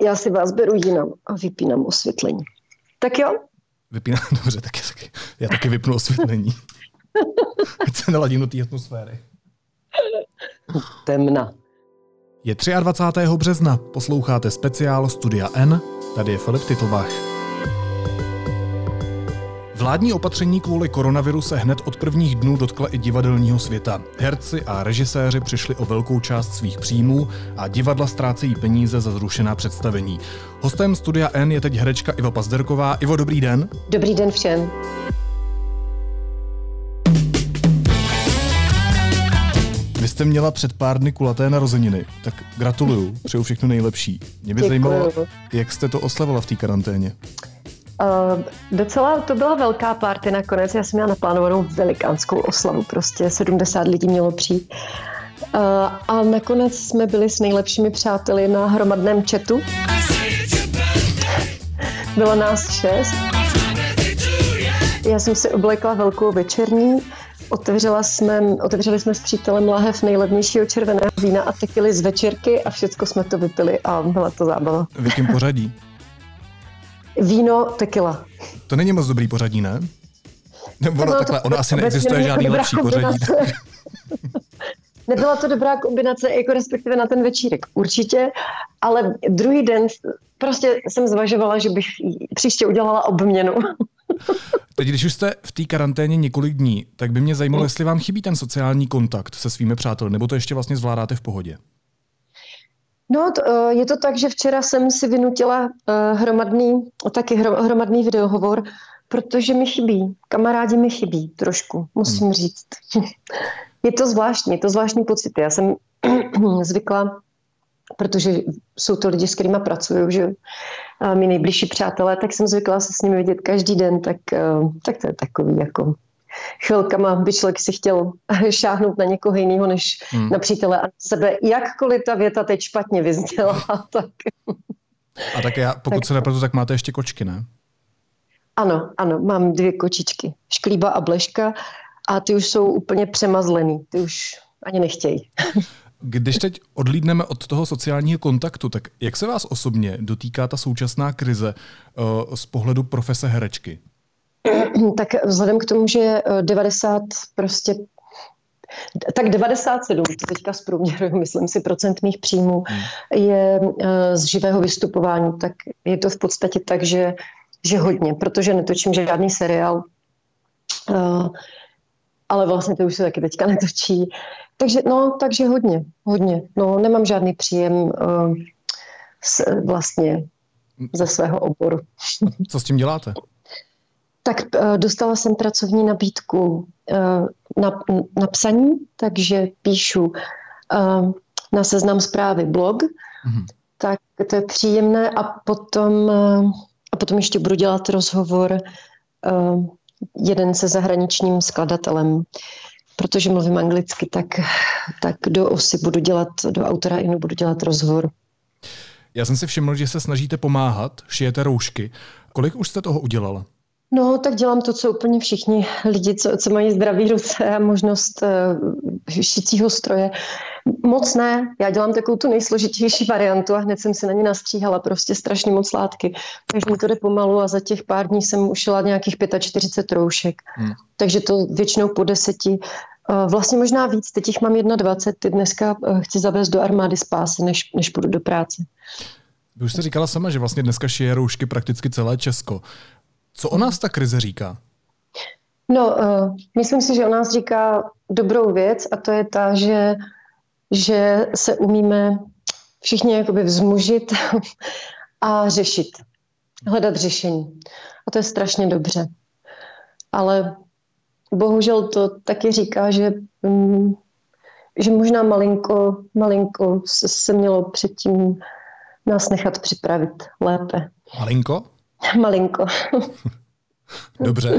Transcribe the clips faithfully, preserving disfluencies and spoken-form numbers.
já si vás beru jinam a vypínám osvětlení. Tak jo? Vypínám, dobře, tak já taky, já taky vypnu osvětlení. Ať se naladím do té atmosféry. Temna. Je dvacátého třetího března, posloucháte speciál Studia N, tady je Filip Titlbach. Vládní opatření kvůli koronaviru se hned od prvních dnů dotkla i divadelního světa. Herci a režiséři přišli o velkou část svých příjmů a divadla ztrácejí peníze za zrušená představení. Hostem Studia N je teď herečka Iva Pazderková. Ivo, dobrý den. Dobrý den všem. Vy jste měla před pár dny kulaté narozeniny, tak gratuluju, přeju všechno nejlepší. Mě by Děkuju. zajímalo, jak jste to oslavila v té karanténě. Uh, docela to byla velká party nakonec, já jsem měla naplánovanou velikánskou oslavu, prostě sedmdesát lidí mělo přijít. Uh, a nakonec jsme byli s nejlepšími přáteli na hromadném chatu. Bylo nás šest. Já jsem si oblekla velkou večerní, otevřela jsme, otevřeli jsme s přítelem lahev nejlevnějšího červeného vína a tekily z večerky a všecko jsme to vypili a byla to zábava. V jakém pořadí? Víno, tequila. To není moc dobrý pořadí, ne? Nebo ono, takhle, ono asi neexistuje žádný lepší pořadí. Nebyla to dobrá kombinace, jako respektive na ten večírek, určitě, ale druhý den prostě jsem zvažovala, že bych příště udělala obměnu. Teď, když už jste v té karanténě několik dní, tak by mě zajímalo, jestli vám chybí ten sociální kontakt se svými přáteli, nebo to ještě vlastně zvládáte v pohodě? No, to, je to tak, že včera jsem si vynutila uh, hromadný, taky hromadný videohovor, protože mi chybí, kamarádi mi chybí trošku, musím hmm. říct. Je to zvláštní, je to zvláštní pocit. Já jsem zvykla, protože jsou to lidi, s kterými pracuju, že uh, mý nejbližší přátelé, tak jsem zvykla se s nimi vidět každý den, tak, uh, tak to je takový jako... Chvilkama by člověk si chtěl šáhnout na někoho jiného, než hmm. na přítele a na sebe. Jakkoliv ta věta teď špatně vyzněla. Tak... A tak já, pokud tak... se nepletu, tak máte ještě kočky, ne? Ano, ano, mám dvě kočičky. Šklíba a Bleška a ty už jsou úplně přemazlený. Ty už ani nechtějí. Když teď odlídneme od toho sociálního kontaktu, tak jak se vás osobně dotýká ta současná krize uh, z pohledu profese herečky? Tak vzhledem k tomu, že devadesát prostě, tak devadesát sedm, to teďka zprůměruju, myslím si, procent mých příjmů je z živého vystupování, tak je to v podstatě tak, že, že hodně, protože netočím žádný seriál, ale vlastně to už se taky teďka netočí. Takže, no, takže hodně, hodně. No, nemám žádný příjem vlastně ze svého oboru. Co s tím děláte? Tak dostala jsem pracovní nabídku na, na psaní, takže píšu na Seznam Zprávy blog, mm-hmm. tak to je příjemné a potom, a potom ještě budu dělat rozhovor jeden se zahraničním skladatelem, protože mluvím anglicky, tak, tak do osy budu dělat, do autora inu budu dělat rozhovor. Já jsem si všiml, že se snažíte pomáhat, šijete roušky. Kolik už jste toho udělala? No, tak dělám to, co úplně všichni lidi, co, co mají zdraví ruce a možnost uh, šicího stroje. Moc ne, já dělám takovou tu nejsložitější variantu a hned jsem si na ní nastříhala prostě strašně moc látky. Takže mi to jde pomalu a za těch pár dní jsem ušila nějakých čtyřicet pět roušek. Hmm. Takže to většinou po deseti. Uh, vlastně možná víc, teď jich mám dvacet jedna, ty dneska uh, chci zavést do armády spásy, než, než půjdu do práce. Vy už jste říkala sama, že vlastně dneska šije roušky prakticky celé Česko. Co o nás ta krize říká? No, uh, myslím si, že o nás říká dobrou věc a to je ta, že, že se umíme všichni jakoby vzmužit a řešit, hledat řešení. A to je strašně dobře. Ale bohužel to taky říká, že, um, že možná malinko, malinko se, se mělo předtím nás nechat připravit lépe. Malinko? Malinko. Dobře.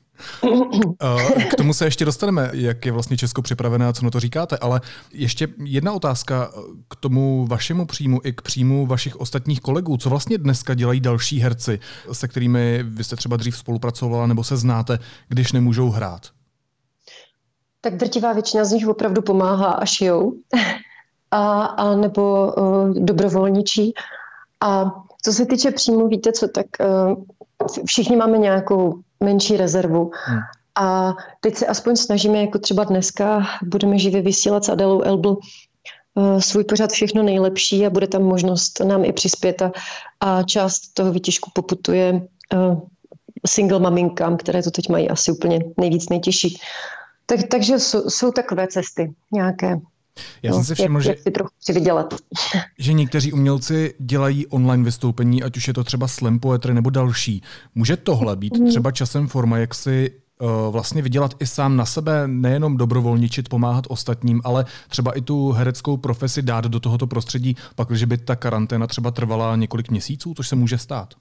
K tomu se ještě dostaneme, jak je vlastně Česko připravené a co na to říkáte, ale ještě jedna otázka k tomu vašemu příjmu i k příjmu vašich ostatních kolegů. Co vlastně dneska dělají další herci, se kterými vy jste třeba dřív spolupracovala nebo se znáte, když nemůžou hrát? Tak drtivá většina z nich opravdu pomáhá a šijou, a, a nebo uh, dobrovolničí. A co se týče příjmu, víte co, tak uh, všichni máme nějakou menší rezervu. Hmm. A teď se aspoň snažíme, jako třeba dneska budeme živě vysílat s Adélou Elbl uh, svůj pořad Všechno nejlepší a bude tam možnost nám i přispět a, a část toho výtěžku poputuje uh, single maminkám, které to teď mají asi úplně nejvíc nejtěžší. Tak, takže jsou, jsou takové cesty nějaké. Já jsem no, si všiml, jak, že, jak si trochu přivydělat. že někteří umělci dělají online vystoupení, ať už je to třeba slam poetry nebo další. Může tohle být třeba časem forma, jak si uh, vlastně vydělat i sám na sebe, nejenom dobrovolničit, pomáhat ostatním, ale třeba i tu hereckou profesi dát do tohoto prostředí, pakliže by ta karanténa třeba trvala několik měsíců, což se může stát?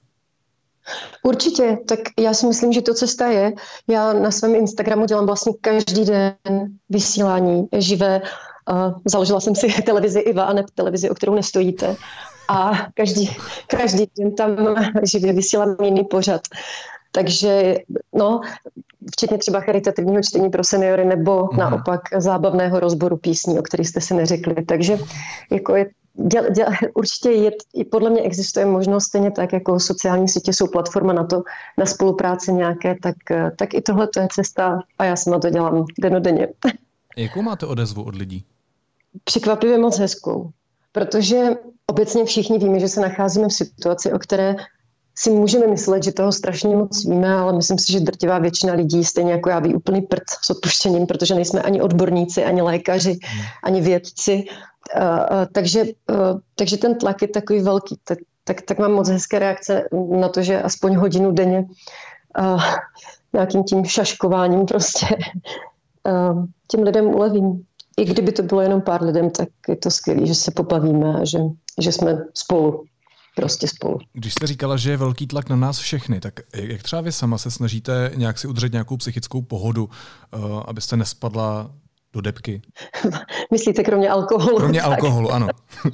Určitě, tak já si myslím, že to cesta je. Já na svém Instagramu dělám vlastně každý den vysílání živé. Uh, založila jsem si televizi Iva a ne televizi, o kterou nestojíte. A každý, každý den tam živě vysílám jiný pořad. Takže, no, včetně třeba charitativního čtení pro seniory nebo mm. naopak zábavného rozboru písní, o kterých jste si neřekli. Takže jako je Děl, děl, určitě je, podle mě existuje možnost, stejně tak, jako sociální sítě jsou platforma na to, na spolupráci nějaké, tak, tak i tohle to je cesta a já sama to dělám dennodenně. Jakou máte odezvu od lidí? Překvapivě moc hezkou, protože obecně všichni víme, že se nacházíme v situaci, o které si můžeme myslet, že toho strašně moc víme, ale myslím si, že drtivá většina lidí, stejně jako já, ví úplný prd s odpuštěním, protože nejsme ani odborníci, ani lékaři, ani vědci. Uh, uh, takže, uh, takže ten tlak je takový velký. Tak, tak, tak mám moc hezké reakce na to, že aspoň hodinu denně uh, nějakým tím šaškováním prostě uh, těm lidem ulevím. I kdyby to bylo jenom pár lidem, tak je to skvělé, že se pobavíme a že, že jsme spolu. Prostě spolu. Když jste říkala, že je velký tlak na nás všechny, tak jak třeba vy sama se snažíte nějak si udržet nějakou psychickou pohodu, uh, abyste nespadla do debky? Myslíte kromě alkoholu? Kromě tak. alkoholu, ano.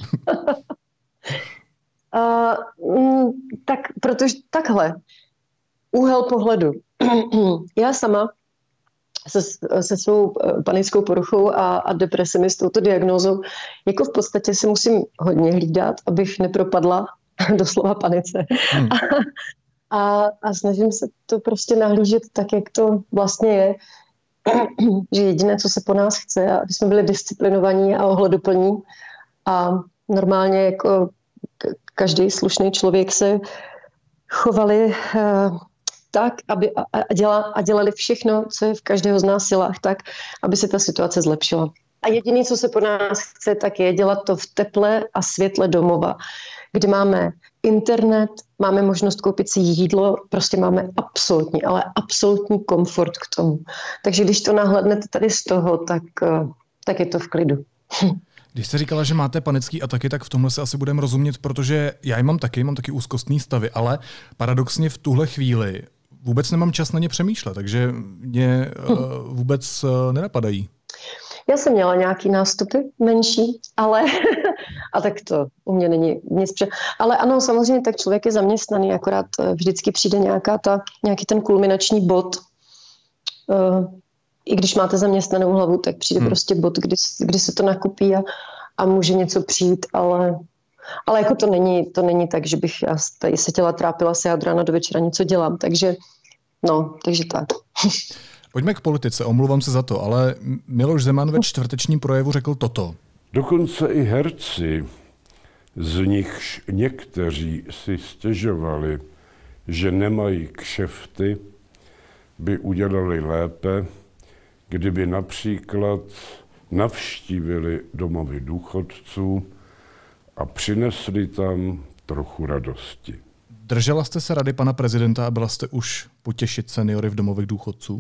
uh, tak, protože takhle. Úhel pohledu. Já sama se, se svou panickou poruchou a, a depresemi s touto diagnózou jako v podstatě se musím hodně hlídat, abych nepropadla doslova panice. Hmm. A, a, a snažím se to prostě nahlížet tak, jak to vlastně je. Že jediné, co se po nás chce, aby jsme byli disciplinovaní a ohleduplní a normálně jako každý slušný člověk se chovali uh, tak, aby a, a, děla, a dělali všechno, co je v každého z nás silách, tak, aby se ta situace zlepšila. A jediné, co se po nás chce, tak je dělat to v teple a světle domova, kde máme internet, máme možnost koupit si jídlo, prostě máme absolutní, ale absolutní komfort k tomu. Takže když to nahlédnete tady z toho, tak, tak je to v klidu. Když jste říkala, že máte panický ataky, tak v tomhle se asi budeme rozumět, protože já je mám taky, mám taky úzkostný stavy, ale paradoxně v tuhle chvíli vůbec nemám čas na ně přemýšlet, takže mě uh, vůbec uh, nenapadají. Já jsem měla nějaký nástupy menší, ale a tak to u mě není nic pře... Ale ano, samozřejmě tak člověk je zaměstnaný, akorát vždycky přijde nějaká ta, nějaký ten kulminační bod. Uh, I když máte zaměstnanou hlavu, tak přijde hmm. prostě bod, kdy, kdy se to nakupí a, a může něco přijít, ale, ale jako to není, to není tak, že bych já tady seděla, trápila se a od rána do večera něco dělám, takže no, takže tak. Pojďme k politice, omluvám se za to, ale Miloš Zeman ve čtvrtečním projevu řekl toto. Dokonce i herci, z nichž někteří si stěžovali, že nemají kšefty, by udělali lépe, kdyby například navštívili domovy důchodců a přinesli tam trochu radosti. Držela jste se rady pana prezidenta a byla jste už potěšit seniory v domovech důchodců?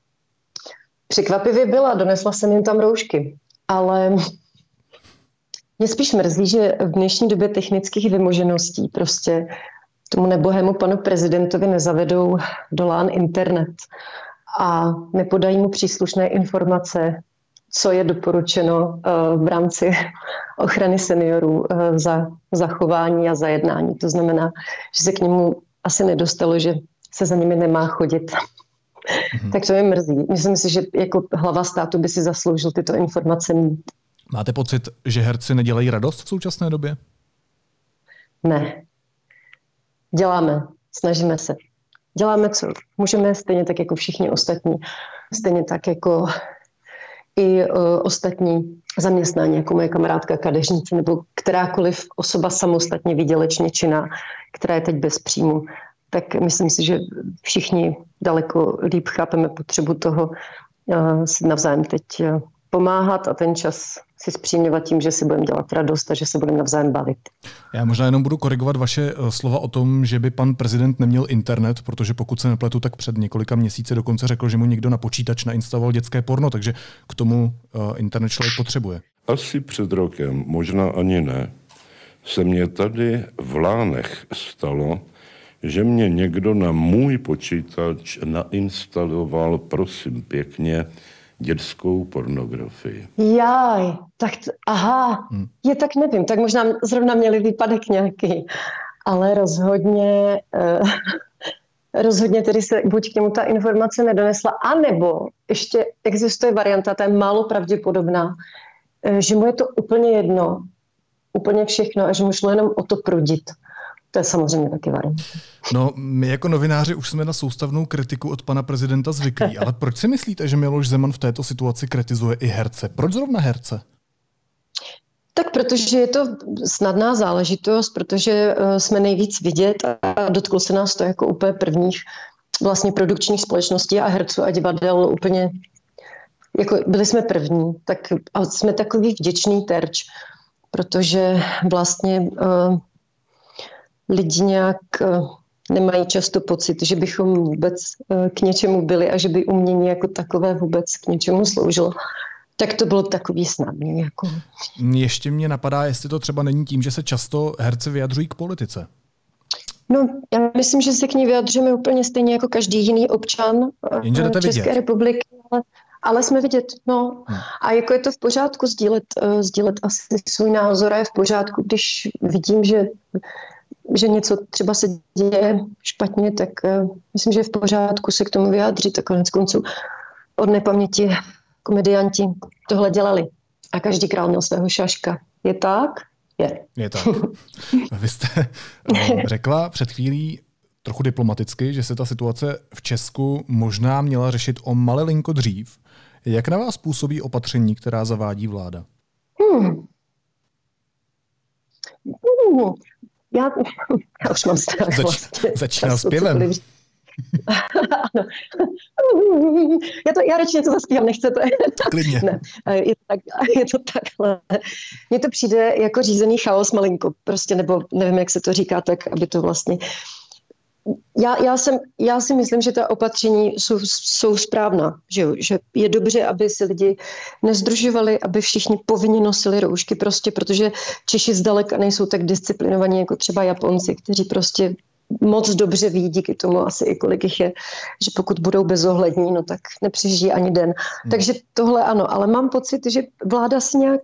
Překvapivě byla, donesla jsem jim tam roušky, ale mě spíš mrzí, že v dnešní době technických vymožeností prostě tomu nebohému panu prezidentovi nezavedou do lán internet a nepodají mu příslušné informace, co je doporučeno v rámci ochrany seniorů za zachování a za jednání. To znamená, že se k němu asi nedostalo, že se za nimi nemá chodit. Mm-hmm. Tak to mě mrzí. Myslím si, že jako hlava státu by si zasloužil tyto informace mít. Máte pocit, že herci nedělají radost v současné době? Ne. děláme, snažíme se. Děláme, co můžeme, stejně tak jako všichni ostatní. Stejně tak jako i uh, ostatní zaměstnání, jako moje kamarádka kadeřnice nebo kterákoliv osoba samostatně výdělečně činná, která je teď bez příjmu. Tak myslím si, že všichni daleko líp chápeme potřebu toho uh, si navzájem teď uh, pomáhat a ten čas si zpříjemňovat tím, že si budeme dělat radost a že se budeme navzájem bavit. Já možná jenom budu korigovat vaše slova o tom, že by pan prezident neměl internet, protože pokud se nepletu, tak před několika měsíci dokonce řekl, že mu někdo na počítač nainstaloval dětské porno, takže k tomu uh, internet člověk potřebuje. Asi před rokem, možná ani ne, se mě tady v Lánech stalo, že mě někdo na můj počítač nainstaloval, prosím pěkně, dětskou pornografii. Jaj, tak t- aha, hmm. je tak nevím, tak možná zrovna měli výpadek nějaký, ale rozhodně, uh, rozhodně tedy se buď k němu ta informace nedonesla, anebo ještě existuje varianta, ta je málo pravděpodobná, uh, že mu je to úplně jedno, úplně všechno a že mu šlo jenom o to prudit. To je samozřejmě taky variant. No, my jako novináři už jsme na soustavnou kritiku od pana prezidenta zvyklí, ale proč si myslíte, že Miloš Zeman v této situaci kritizuje i herce? Proč zrovna herce? Tak protože je to snadná záležitost, protože jsme nejvíc vidět a dotklo se nás to jako úplně prvních vlastně produkčních společností a herců a divadel úplně, jako byli jsme první, tak a jsme takový vděčný terč, protože vlastně uh, lidi nějak uh, nemají často pocit, že bychom vůbec uh, k něčemu byli a že by umění jako takové vůbec k něčemu sloužilo. Tak to bylo takový snadný. Jako. Ještě mě napadá, jestli to třeba není tím, že se často herci vyjadřují k politice. No, já myslím, že se k ní vyjadřujeme úplně stejně jako každý jiný občan Jenže České vidět. republiky, ale, ale jsme vidět. No. Hmm. A jako je to v pořádku sdílet, uh, sdílet asi svůj názor a je v pořádku, když vidím, že, že něco třeba se děje špatně, tak uh, myslím, že je v pořádku se k tomu vyjádřit a konec konců od nepaměti komedianti tohle dělali. A každý král měl svého šaška. Je tak? Je. Je tak. Vy jste řekla před chvílí trochu diplomaticky, že se ta situace v Česku možná měla řešit o malilinko dřív. Jak na vás působí opatření, která zavádí vláda? Hmm. Hmm. Já, já už mám strach. Zač, vlastně. Začíná zpěvem. já, to, já radši něco zaspívám, nechcete? Klidně. Ne, je, to tak, je to takhle. Mně to přijde jako řízený chaos malinko, prostě, nebo nevím, jak se to říká, tak aby to vlastně... Já, já, jsem, já si myslím, že ta opatření jsou, jsou správná, že, jo? Že je dobře, aby si lidi nezdružovali, aby všichni povinně nosili roušky, prostě, protože Češi zdaleka nejsou tak disciplinovaní jako třeba Japonci, kteří prostě moc dobře ví, díky tomu asi i kolik jich je, že pokud budou bezohlední, no tak nepřežijí ani den. Hmm. Takže tohle ano, ale mám pocit, že vláda si nějak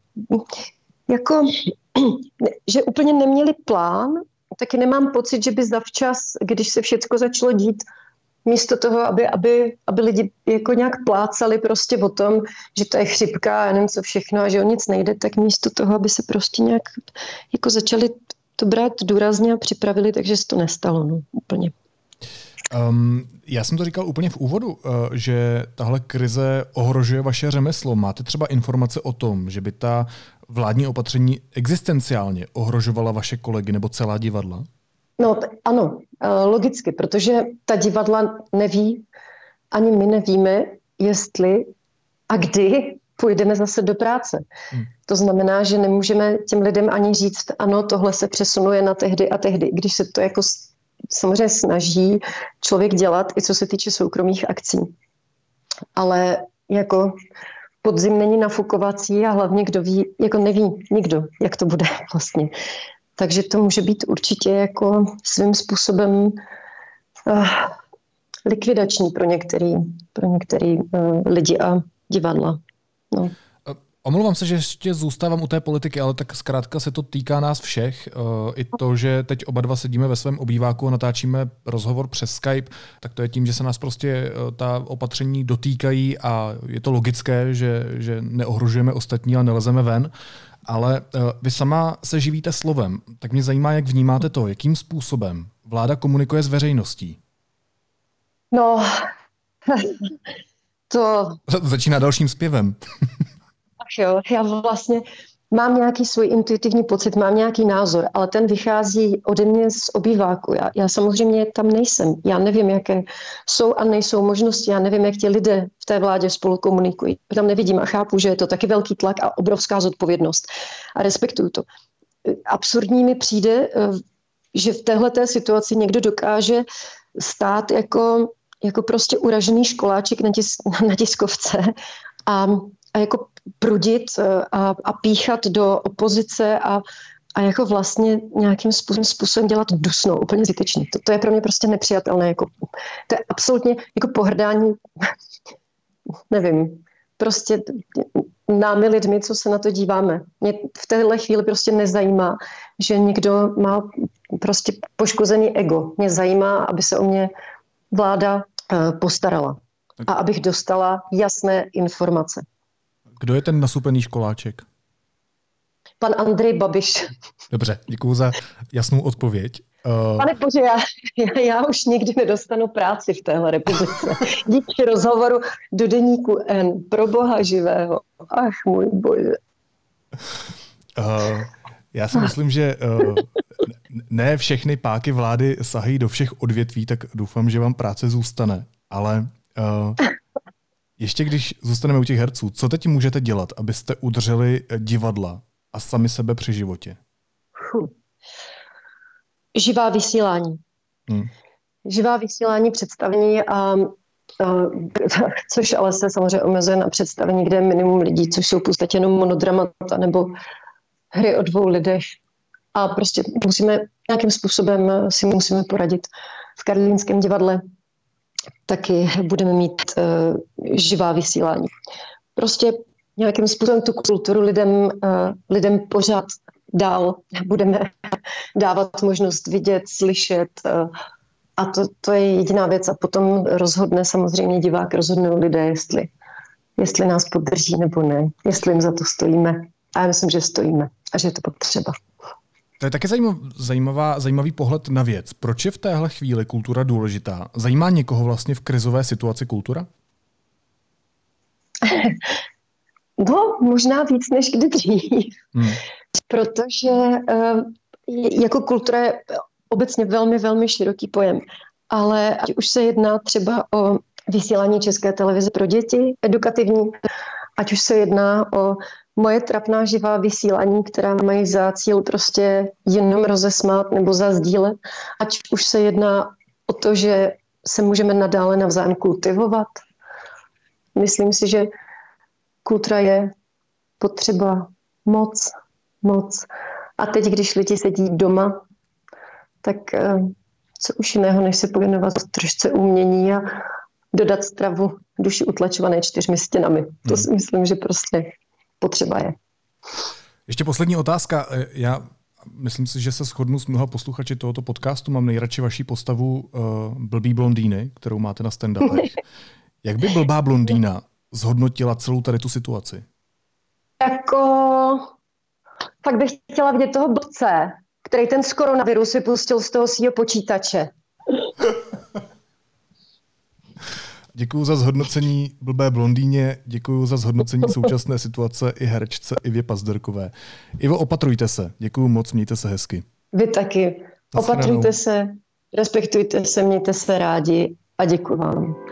jako, že úplně neměli plán, taky nemám pocit, že by zavčas, když se všecko začalo dít, místo toho, aby, aby, aby lidi jako nějak plácali prostě o tom, že to je chřipka a nevím co všechno a že o nic nejde, tak místo toho, aby se prostě nějak jako začali to brát důrazně a připravili, takže se to nestalo, no, úplně. Um, já jsem to říkal úplně v úvodu, uh, že tahle krize ohrožuje vaše řemeslo. Máte třeba informace o tom, že by ta vládní opatření existenciálně ohrožovala vaše kolegy nebo celá divadla? No t- ano, uh, logicky, protože ta divadla neví, ani my nevíme, jestli a kdy půjdeme zase do práce. Hmm. To znamená, že nemůžeme těm lidem ani říct, ano, tohle se přesunuje na tehdy a tehdy, když se to jako samozřejmě snaží člověk dělat, i co se týče soukromých akcí. Ale jako podzim není nafukovací a hlavně kdo ví, jako neví nikdo, jak to bude vlastně. Takže to může být určitě jako svým způsobem uh, likvidační pro některý, pro některý uh, lidi a divadla. No. Omlouvám se, že ještě zůstávám u té politiky, ale tak zkrátka se to týká nás všech. I to, že teď oba dva sedíme ve svém obýváku a natáčíme rozhovor přes Skype, tak to je tím, že se nás prostě ta opatření dotýkají a je to logické, že, že neohrožujeme ostatní a nelezeme ven. Ale vy sama se živíte slovem, tak mě zajímá, jak vnímáte to, jakým způsobem vláda komunikuje s veřejností? No, to... Začíná dalším zpěvem. Ach jo, já vlastně mám nějaký svůj intuitivní pocit, mám nějaký názor, ale ten vychází ode mě z obýváku. Já, já samozřejmě tam nejsem. Já nevím, jaké jsou a nejsou možnosti. Já nevím, jak ti lidé v té vládě spolu komunikují. Tam nevidím a chápu, že je to taky velký tlak a obrovská zodpovědnost. A respektuju to. Absurdní mi přijde, že v téhleté situaci někdo dokáže stát jako, jako prostě uražený školáček na, tis, na tiskovce a, a jako prudit a, a píchat do opozice a, a jako vlastně nějakým způsobem, způsobem dělat dusnou, úplně zbytečně. To, to je pro mě prostě nepřijatelné. Jako, to je absolutně jako pohrdání, nevím, prostě námi lidmi, co se na to díváme. Mě v téhle chvíli prostě nezajímá, že někdo má prostě poškozený ego. Mě zajímá, aby se o mě vláda postarala a abych dostala jasné informace. Kdo je ten nasupený školáček? Pan Andrej Babiš. Dobře, děkuju za jasnou odpověď. Uh... Pane bože, já, já, já už nikdy nedostanu práci v téhle republice. Díky rozhovoru do deníku N. Pro boha živého. Ach, můj bože. Uh, já si myslím, že uh, ne všechny páky vlády sahají do všech odvětví, tak doufám, že vám práce zůstane. Ale uh, ještě když zůstaneme u těch herců, co teď můžete dělat, abyste udrželi divadla a sami sebe při životě? Huh. Živá vysílání. Hmm. Živá vysílání představení, a, a, což ale se samozřejmě omezuje na představení, kde je minimum lidí, což jsou v podstatě jenom monodramata nebo hry o dvou lidech. A prostě musíme nějakým způsobem si musíme poradit. V Karlínském divadle taky budeme mít uh, živá vysílání. Prostě nějakým způsobem tu kulturu lidem, uh, lidem pořád dál budeme dávat možnost vidět, slyšet uh, a to, to je jediná věc. A potom rozhodne samozřejmě divák, rozhodnou lidé, jestli, jestli nás podrží nebo ne, jestli jim za to stojíme. A já myslím, že stojíme a že je to potřeba. To je taky zajímavá, zajímavý pohled na věc. Proč je v téhle chvíli kultura důležitá? Zajímá někoho vlastně v krizové situaci kultura? No, možná víc než kdy dřív. Hmm. Protože uh, jako kultura je obecně velmi, velmi široký pojem. Ale ať už se jedná třeba o vysílání České televize pro děti, edukativní, ať už se jedná o moje trapná živá vysílání, která mají za cíl prostě jenom rozesmát nebo zazdílet, ať už se jedná o to, že se můžeme nadále navzájem kultivovat. Myslím si, že kultura je potřeba moc, moc. A teď, když lidi sedí doma, tak co už jiného, než se pověnovat trošce umění a dodat stravu duši utlačované čtyřmi stěnami. To si myslím, že prostě potřeba je. Ještě poslední otázka. Já myslím si, že se shodnu s mnoha posluchači tohoto podcastu. Mám nejradši vaši postavu uh, blbý blondýny, kterou máte na stand-upech. Jak by blbá blondýna zhodnotila celou tady tu situaci? Jako... Fakt bych chtěla vidět toho blbce, který ten z koronavirus vypustil z toho svého počítače. Děkuju za zhodnocení blbé blondýně, děkuju za zhodnocení současné situace i herečce Ivě Pazderkové. Ivo, opatrujte se. Děkuju moc, mějte se hezky. Vy taky. Opatrujte se, respektujte se, mějte se rádi a děkuju vám.